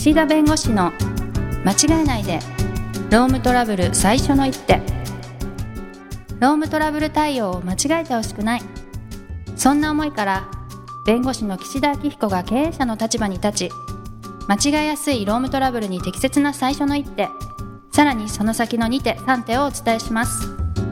岸田弁護士の間違えないでロームトラブル最初の一手。ロームトラブル対応を間違えてほしくない、そんな思いから弁護士の岸田明彦が経営者の立場に立ち、間違えやすいロームトラブルに適切な最初の一手、さらにその先の2手3手をお伝えします。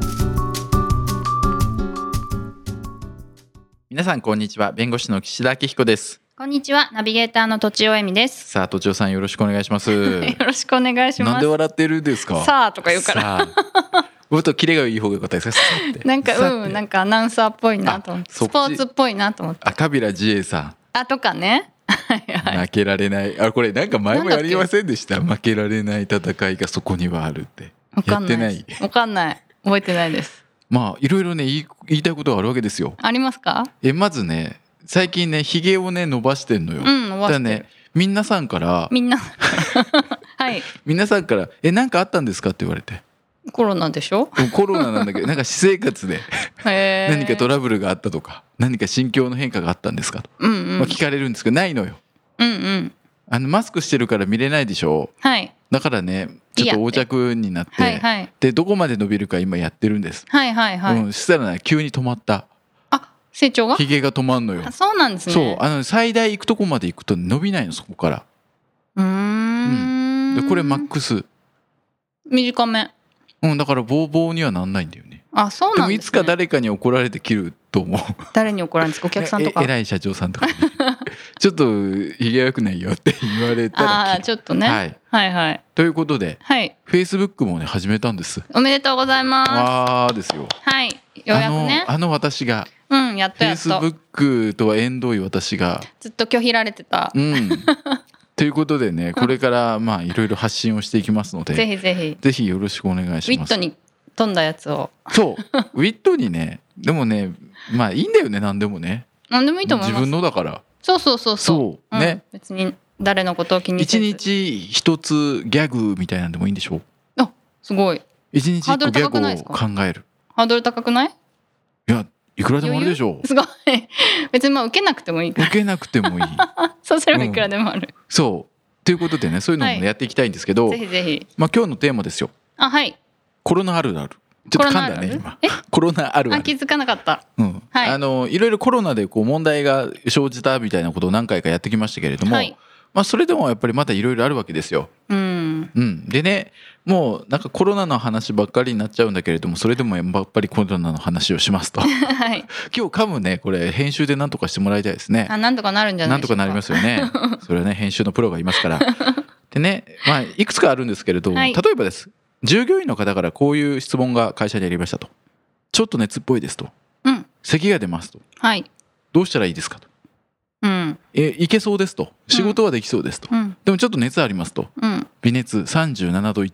皆さんこんにちは。弁護士の岸田明彦です。 こんにちは。ナビゲーターのとちおえみです。 さあ、とちおさんよろしくお願いします。 よろしくお願いします。 なんで笑ってるんですか。 さあとか言うからもっとキレがいい方がよかったですか。 なんかなんかアナウンサーっぽいなと思って、スポーツっぽいなと思って、 赤平慈英さんとかね負けられない、これなんか前もやりませんでした。負けられない戦いがそこにはあるって。やってない。 わかんない、覚えてないです。 まあいろいろね言いたいことがあるわけですよ。 ありますか。 まずね、最近ねひげをね伸ばしてんのよ。 伸ばしてる。 ね、皆さんからはい皆さんから何かあったんですかって言われて。 コロナでしょ。 コロナなんだけどなんか私生活で何かトラブルがあったとか何か心境の変化があったんですかと、聞かれるんですけどないのよ。マスクしてるから見れないでしょ。だからねちょっと横着になって、でどこまで伸びるか今やってるんです。そしたらね急に止まった。 成長がひげが止まんのよ。 そうなんですね。 そう最大行くとこまで行くと伸びないの、そこから。でこれマックス短め。 だからボーボーにはなんないんだよね。 そうなんですね。 でもいつか誰かに怒られて切ると思う。 誰に怒られるんですか。お客さんとか。 偉い社長さんとかにちょっとひげ良くないよって言われたらちょっとね、はいということで、Facebook もね始めたんです。 おめでとうございます。 ですよ。 ようやくね。 私がやっと Facebook とは縁遠い私がずっと拒否られてた。 ということでね、これからいろいろ発信をしていきますので、ぜひよろしくお願いします。 ウィットに飛んだやつを。 そうウィットにね、でもねいいんだよね、何でもね。 何でもいいと思います。 自分のだから。 そうね、別に誰のことを気にせず一日一つギャグみたいなんでもいいんでしょ。 すごい。 一日一個ギャグを考える。 ハードル高くない？ いや、いくらでもあるでしょう。 すごい。別に受けなくてもいいから。 受けなくてもいい。 そうすればいくらでもある。 そうということでね、そういうのもやっていきたいんですけど、 ぜひぜひ。 今日のテーマですよ。コロナあるある。ちょっと噛んだね今。コロナあるある。 気づかなかった。 いろいろコロナで問題が生じたみたいなことを何回かやってきましたけれども、それでもやっぱりまだいろいろあるわけですよ。でね、もうなんかコロナの話ばっかりになっちゃうんだけれども、それでもやっぱりコロナの話をしますと。今日噛むね、これ編集で何とかしてもらいたいですね。 なんとかなるんじゃないでしょうか。 なんとかなりますよね。それはね、編集のプロがいますから。でね、いくつかあるんですけれど、例えばです。従業員の方からこういう質問が会社にありましたと。ちょっと熱っぽいですと。咳が出ますと。どうしたらいいですかと。いけそうですと。仕事はできそうですと。でもちょっと熱ありますと。微熱37度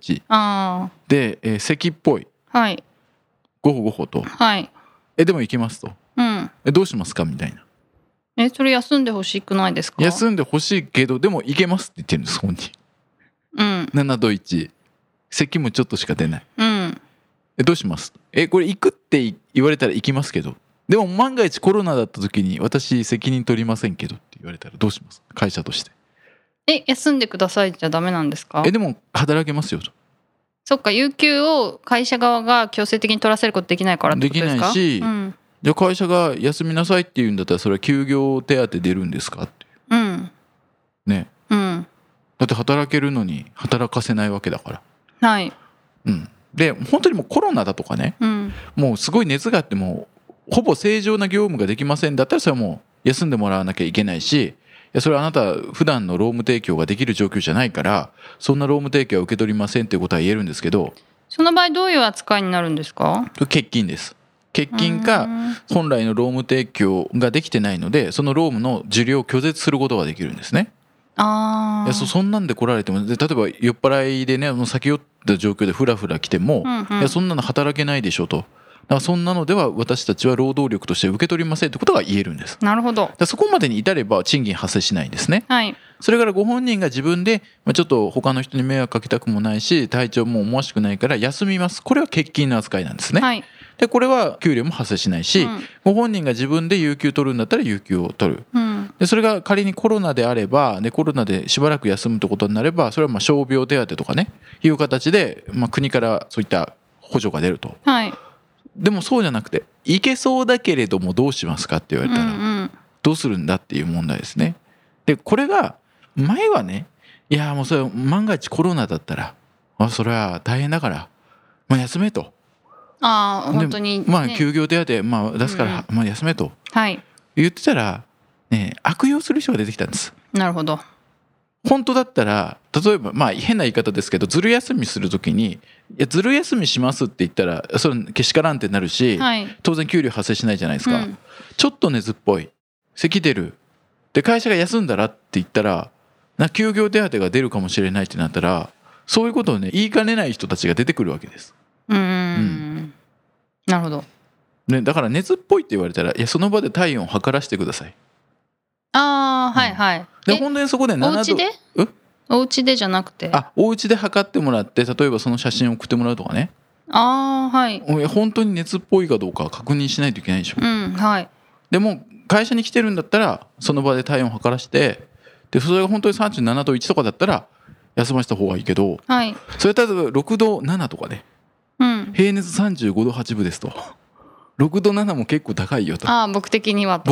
1で、咳っぽい。ゴホゴホと。でもいけますと。どうしますかみたいな。 それ休んでほしくないですか。 休んでほしいけどでもいけますって言ってるんです、本人。7度1。咳もちょっとしか出ない。どうします？これ行くって言われたら行きますけど、でも万が一コロナだった時に私責任取りませんけどって言われたらどうします？会社として。 休んでくださいじゃダメなんですか？ でも働けますよと。 そっか、有給を会社側が強制的に取らせることできないからってことですか？ できないし、じゃあ会社が休みなさいって言うんだったらそれは休業手当出るんですかって。ね。だって働けるのに働かせないわけだから。で本当にもうコロナだとかね、もうすごい熱があってもほぼ正常な業務ができませんだったらそれはもう休んでもらわなきゃいけないし、それはあなた普段の労務提供ができる状況じゃないからそんな労務提供は受け取りませんっていうことは言えるんですけど、 その場合どういう扱いになるんですか？欠勤です。欠勤か本来の労務提供ができてないのでその労務の受領を拒絶することができるんですね。そんなんで来られても、例えば酔っ払いでね先酔った状況でフラフラ来ても、そんなの働けないでしょと。だからそんなのでは私たちは労働力として受け取りませんってことが言えるんです。 なるほど。 そこまでに至れば賃金発生しないんですね。それからご本人が自分でちょっと他の人に迷惑かけたくもないし体調も思わしくないから休みます。これは欠勤の扱いなんですね。でこれは給料も発生しないし、ご本人が自分で有給取るんだったら有給を取る。 でそれが仮にコロナであればでコロナでしばらく休むということになればそれは傷病手当とかねいう形で、国からそういった補助が出ると、 はい、 でもそうじゃなくていけそうだけれどもどうしますかって言われたら、どうするんだっていう問題ですね。でこれが前はねいやもうそれ万が一コロナだったらそれは大変だから、休めと。 本当に、ね、 休業手当、出すから、休めと、 はい、 言ってたら、悪用する人が出てきたんです。 なるほど。 本当だったら例えば変な言い方ですけどずる休みするときにいやずる休みしますって言ったらそれけしからんってなるし、はい、当然給料発生しないじゃないですか、ちょっと熱っぽい咳出るで会社が休んだらって言ったら休業手当が出るかもしれないってなったらそういうことをね言いかねない人たちが出てくるわけです。 なるほど、 ね、だから熱っぽいって言われたらいやその場で体温を測らせてください。 はいはい。 で本当にそこで7度。 お家で？お家でじゃなくて。 お家で測ってもらって例えばその写真を送ってもらうとかね。 はい。 本当に熱っぽいかどうか確認しないといけないでしょ。 はい。でも会社に来てるんだったらその場で体温を測らせてでそれが本当に37度1とかだったら休ませた方がいいけど、 はい、 それ例えば6度7とかね、平熱35度8分ですと6度7も結構高いよと。 僕的には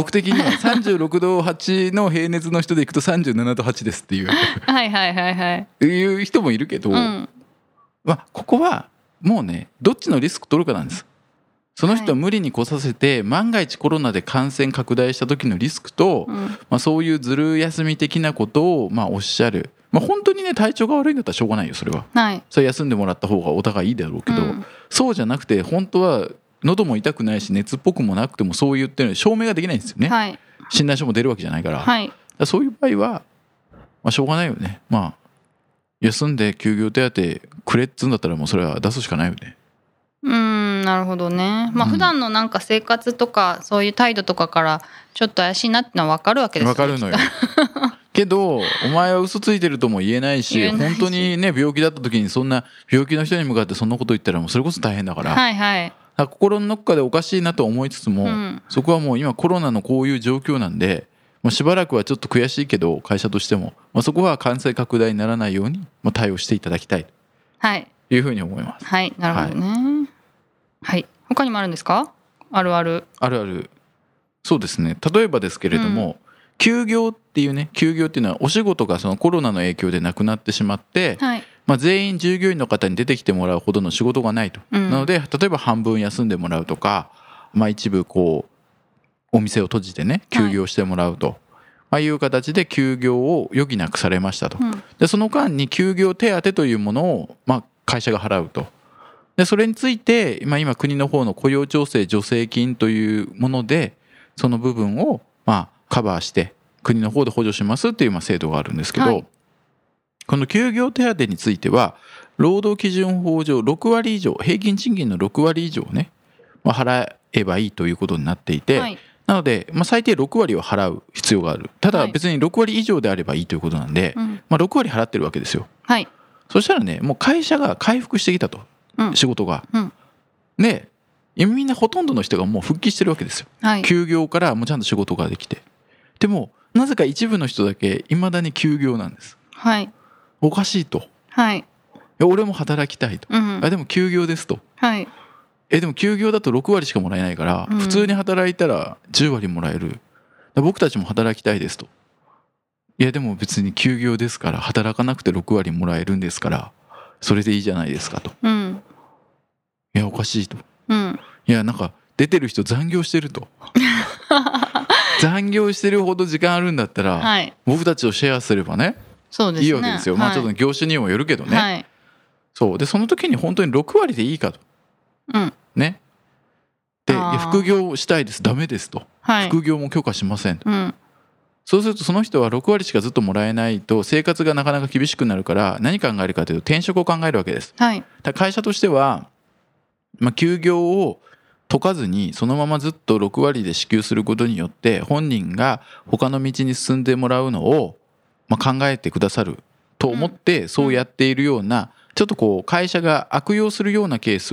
36度8の平熱の人でいくと37度8ですっていうはいはいはいはいいう人もいるけど、ここはもうねどっちのリスク取るかなんです。その人を無理に来させて、万が一コロナで感染拡大した時のリスクと、そういうずる休み的なことをおっしゃる、本当にね体調が悪いんだったらしょうがないよそれは、それ休んでもらった方がお互いいいだろうけど、そうじゃなくて本当は喉も痛くないし熱っぽくもなくてもそう言ってるの証明ができないんですよね、診断書も出るわけじゃないから、だからそういう場合は、しょうがないよね。休んで休業手当くれっつうんだったらもうそれは出すしかないよね。 なるほどね。普段のなんか生活とかそういう態度とかからちょっと怪しいなってのは分かるわけですよね。 分かるのよけどお前は嘘ついてるとも言えないし本当にね病気だった時にそんな病気の人に向かってそんなこと言ったらもうそれこそ大変だから、心のどっかでおかしいなと思いつつも、そこはもう今コロナのこういう状況なんでしばらくはちょっと悔しいけど会社としても、そこは感染拡大にならないように対応していただきたいというふうに思います。 なるほどね。他にもあるんですか？あるある。 そうですね。例えばですけれども、休業っていうのはお仕事がそのコロナの影響でなくなってしまって、全員従業員の方に出てきてもらうほどの仕事がないと、なので例えば半分休んでもらうとか、一部こうお店を閉じてね休業してもらうと、いう形で休業を余儀なくされましたと、でその間に休業手当というものを会社が払うと。でそれについて、今国の方の雇用調整助成金というものでその部分をカバーして国の方で補助しますっていう制度があるんですけど、この休業手当については労働基準法上6割以上平均賃金の6割以上ね、払えばいいということになっていて、なので、最低6割を払う必要がある。ただ別に6割以上であればいいということなんで、6割払ってるわけですよ。そしたらねもう会社が回復してきたと、仕事が、でみんなほとんどの人がもう復帰してるわけですよ、休業からもうちゃんと仕事ができて。でもなぜか一部の人だけいまだに休業なんです、おかしいと、俺も働きたいと、でも休業ですと、でも休業だと6割しかもらえないから、普通に働いたら10割もらえる、僕たちも働きたいですと。いやでも別に休業ですから働かなくて6割もらえるんですからそれでいいじゃないですかと、いやおかしいと、いやなんか出てる人残業してると残業してるほど時間あるんだったら、僕たちをシェアすればね、いいわけですよ。ちょっと業種にもよるけどね、そうでその時に本当に6割でいいかと、ねで副業したいですダメですと、副業も許可しませんと、そうするとその人は6割しかずっともらえないと生活がなかなか厳しくなるから何考えるかというと転職を考えるわけです、会社としては、休業を解かずにそのままずっと6割で支給することによって本人が他の道に進んでもらうのを、考えてくださると思ってそうやっているような、ちょっとこう会社が悪用するようなケースは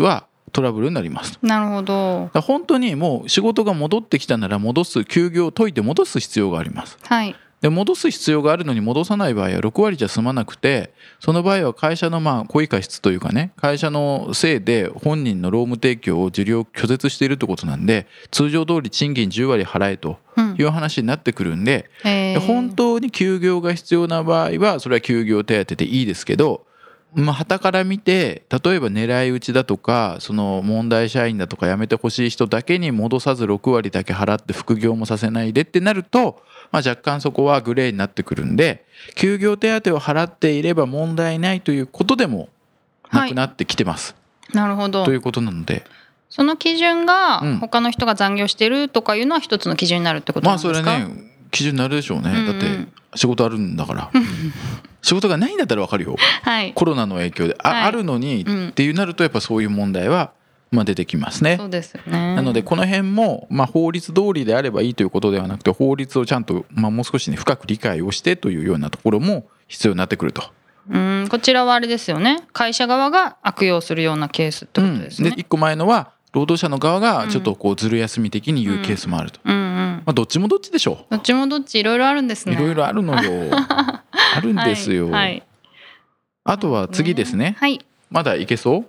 トラブルになります。 なるほど。 だから本当にもう仕事が戻ってきたなら休業を解いて戻す必要があります。 はい。 で戻す必要があるのに戻さない場合は6割じゃ済まなくて、その場合は会社の故意過失というかね、会社のせいで本人の労務提供を受領拒絶しているってことなんで、通常通り賃金10割払えという話になってくるんで、本当に休業が必要な場合はそれは休業手当でいいですけど、傍から見て例えば狙い撃ちだとか、その問題社員だとか辞めてほしい人だけに戻さず6割だけ払って副業もさせないでってなると、若干そこはグレーになってくるんで、休業手当を払っていれば問題ないということでもなくなってきてます、 はい、なるほど。 ということなので、 その基準が他の人が残業してるとかいうのは一つの基準になるってことなんですか？ それはね基準になるでしょうね、だって仕事あるんだから仕事がないんだったら分かるよ、はい、コロナの影響であるのにっていうなるとやっぱそういう問題は出てきますね。 そうですよね。 なのでこの辺も法律通りであればいいということではなくて、法律をちゃんともう少しね深く理解をしてというようなところも必要になってくると。 こちらはあれですよね、会社側が悪用するようなケースってことですね。 で1個前のは労働者の側がちょっとずる休み的に言うケースもあると。どっちもどっちでしょう。 どっちもどっち、いろいろあるんですね。 いろいろあるのよあるんですよ、はいはい、あとは次ですね、はい、まだいけそう、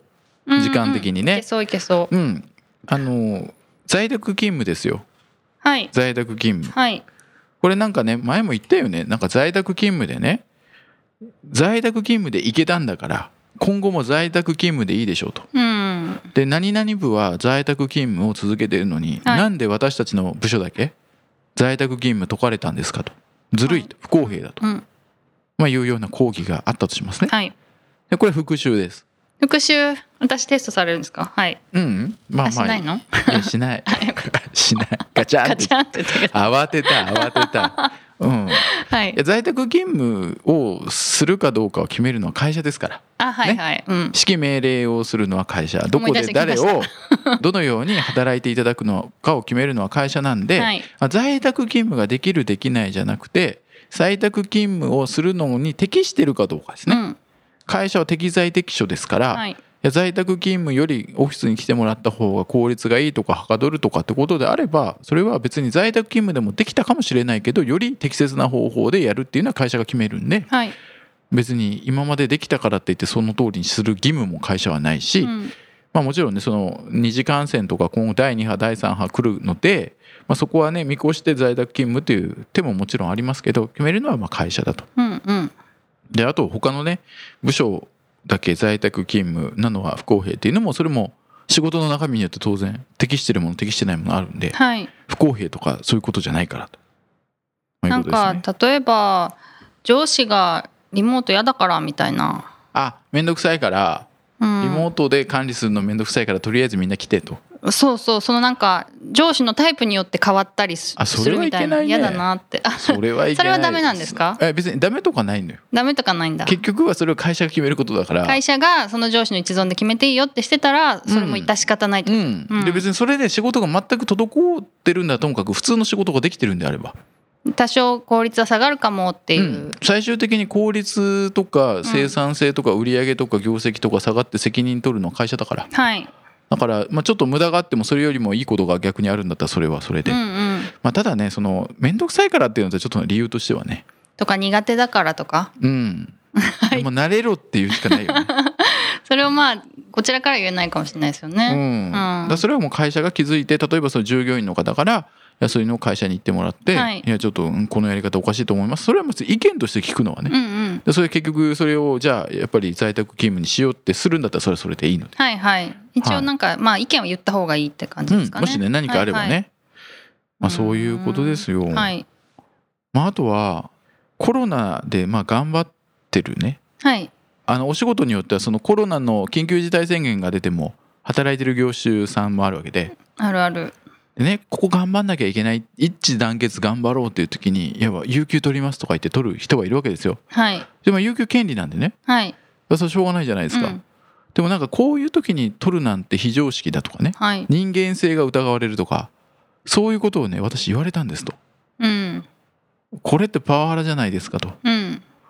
時間的にね、 いけそう、 在宅勤務ですよ、 はい、 在宅勤務、 はい、 これなんかね前も言ったよね、なんか在宅勤務でね、在宅勤務で行けたんだから今後も在宅勤務でいいでしょうと、で何々部は在宅勤務を続けているのに、はい、なんで私たちの部署だけ在宅勤務解かれたんですかと、ずるいと、不公平だと、いうような抗議があったとしますね、はい、でこれ復習です。 復習、私テストされるんですか？はい。しないの？ いやしないしない、ガチャンって慌てたはい、在宅勤務をするかどうかを決めるのは会社ですから、はいはい、指揮命令をするのは会社、どこで誰をどのように働いていただくのかを決めるのは会社なんで、はい、在宅勤務ができるできないじゃなくて、在宅勤務をするのに適しているかどうかですね、会社は適材適所ですから、はい、在宅勤務よりオフィスに来てもらった方が効率がいいとかはかどるとかってことであれば、それは別に在宅勤務でもできたかもしれないけど、より適切な方法でやるっていうのは会社が決めるんで、はい、別に今までできたからって言ってその通りにする義務も会社はないし、もちろんねその二次感染とか今後第2波第3波来るので、そこはね見越して在宅勤務という手ももちろんありますけど、決めるのは会社だと。であと他のね部署だけ在宅勤務なのは不公平っていうのも、それも仕事の中身によって当然適してるもの適してないものあるんで、はい、不公平とかそういうことじゃないからと、 なんか例えば上司がリモート嫌だからみたいな、 めんどくさいからリモートで管理するのめんどくさいからとりあえずみんな来てと、 そのなんか上司のタイプによって変わったりするみたいな、嫌だなって。 それはいけない。 それはダメなんですか？ 別にダメとかないのよ。 ダメとかないんだ。 結局はそれを会社が決めることだから、 会社がその上司の一存で決めていいよってしてたらそれも致し方ないと、 で別にそれで仕事が全く滞ってるんだともかく普通の仕事ができてるんであれば多少効率は下がるかもっていう、 最終的に効率とか生産性とか売上とか業績とか下がって責任取るのは会社だから、はい、だからちょっと無駄があってもそれよりもいいことが逆にあるんだったらそれはそれで、ただねその面倒くさいからっていうのはちょっと理由としてはね、 とか苦手だからとか、でも慣れろっていうしかないよねそれをこちらから言えないかもしれないですよね、 だそれはもう会社が気づいて、例えばその従業員の方からそういうのを会社に行ってもらって、いやちょっとこのやり方おかしいと思います、それはまず意見として聞くのはね、でそれ結局それをじゃあやっぱり在宅勤務にしようってするんだったらそれはそれでいいので、 はいはい、一応なんか、意見を言った方がいいって感じですかね、 もしね何かあればね、そういうことですよ、あとはコロナで頑張ってるね、お仕事によってはそのコロナの緊急事態宣言が出ても働いてる業種さんもあるわけで、 あるあるでね、ここ頑張んなきゃいけない、一致団結頑張ろうっていう時にいや有給取りますとか言って取る人がいるわけですよ、でも有給権利なんでね、それしょうがないじゃないですか、でもなんかこういう時に取るなんて非常識だとかね、人間性が疑われるとかそういうことをね私言われたんですと、これってパワハラじゃないですかと、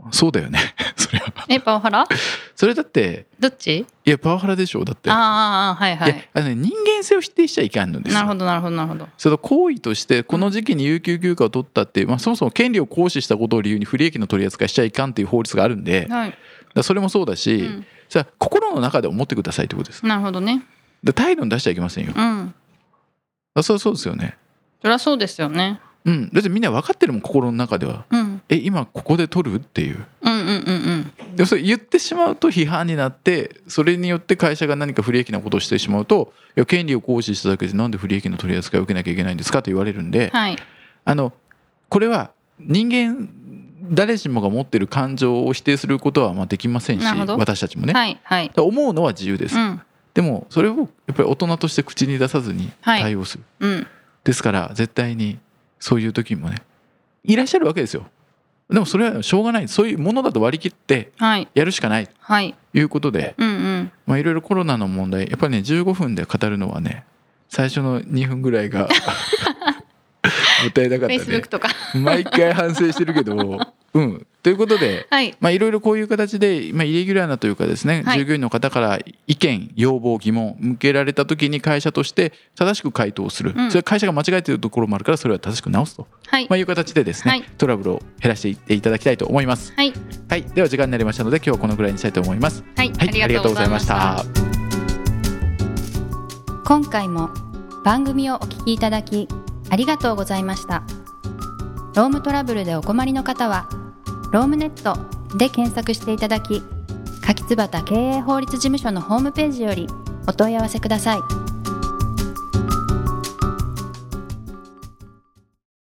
そうだよねそれはパワハラそれだってどっち？ いやパワハラでしょ。だってはいはい。 いや人間性を否定しちゃいかんのですよ。 なるほどなるほどなるほど。 その行為としてこの時期に有給休暇を取ったっていう、そもそも権利を行使したことを理由に不利益の取り扱いしちゃいかんっていう法律があるんで、だからそれもそうだし、さあ心の中で思ってくださいってことです。 なるほどね。 で態度に出しちゃいけませんよ。そうですよね。 そりゃそうですよね。 だってみんな分かってるもん心の中では、今ここで取るっていう、でそれ言ってしまうと批判になって、それによって会社が何か不利益なことをしてしまうと、いや権利を行使しただけでなんで不利益の取り扱いを受けなきゃいけないんですかと言われるんで、これは人間誰しもが持っている感情を否定することはできませんし、私たちもね、思うのは自由です、でもそれをやっぱり大人として口に出さずに対応する、ですから絶対にそういう時もねいらっしゃるわけですよ。でもそれはしょうがない、そういうものだと割り切ってやるしかないということで、いろいろコロナの問題やっぱりね15分で語るのはね最初の2分ぐらいがもったいなかったね。 Facebook とか毎回反省してるけどということで、いろいろこういう形で、イレギュラーなというかですね、従業員の方から意見要望疑問向けられた時に会社として正しく回答する、それは会社が間違えているところもあるからそれは正しく直すと、いう形でですね、トラブルを減らしていっていただきたいと思います。では時間になりましたので今日はこのぐらいにしたいと思います。ありがとうございました。 今回も番組をお聞きいただきありがとうございました。ロームトラブルでお困りの方はロームネットで検索していただき、柿椿経営法律事務所のホームページよりお問い合わせください。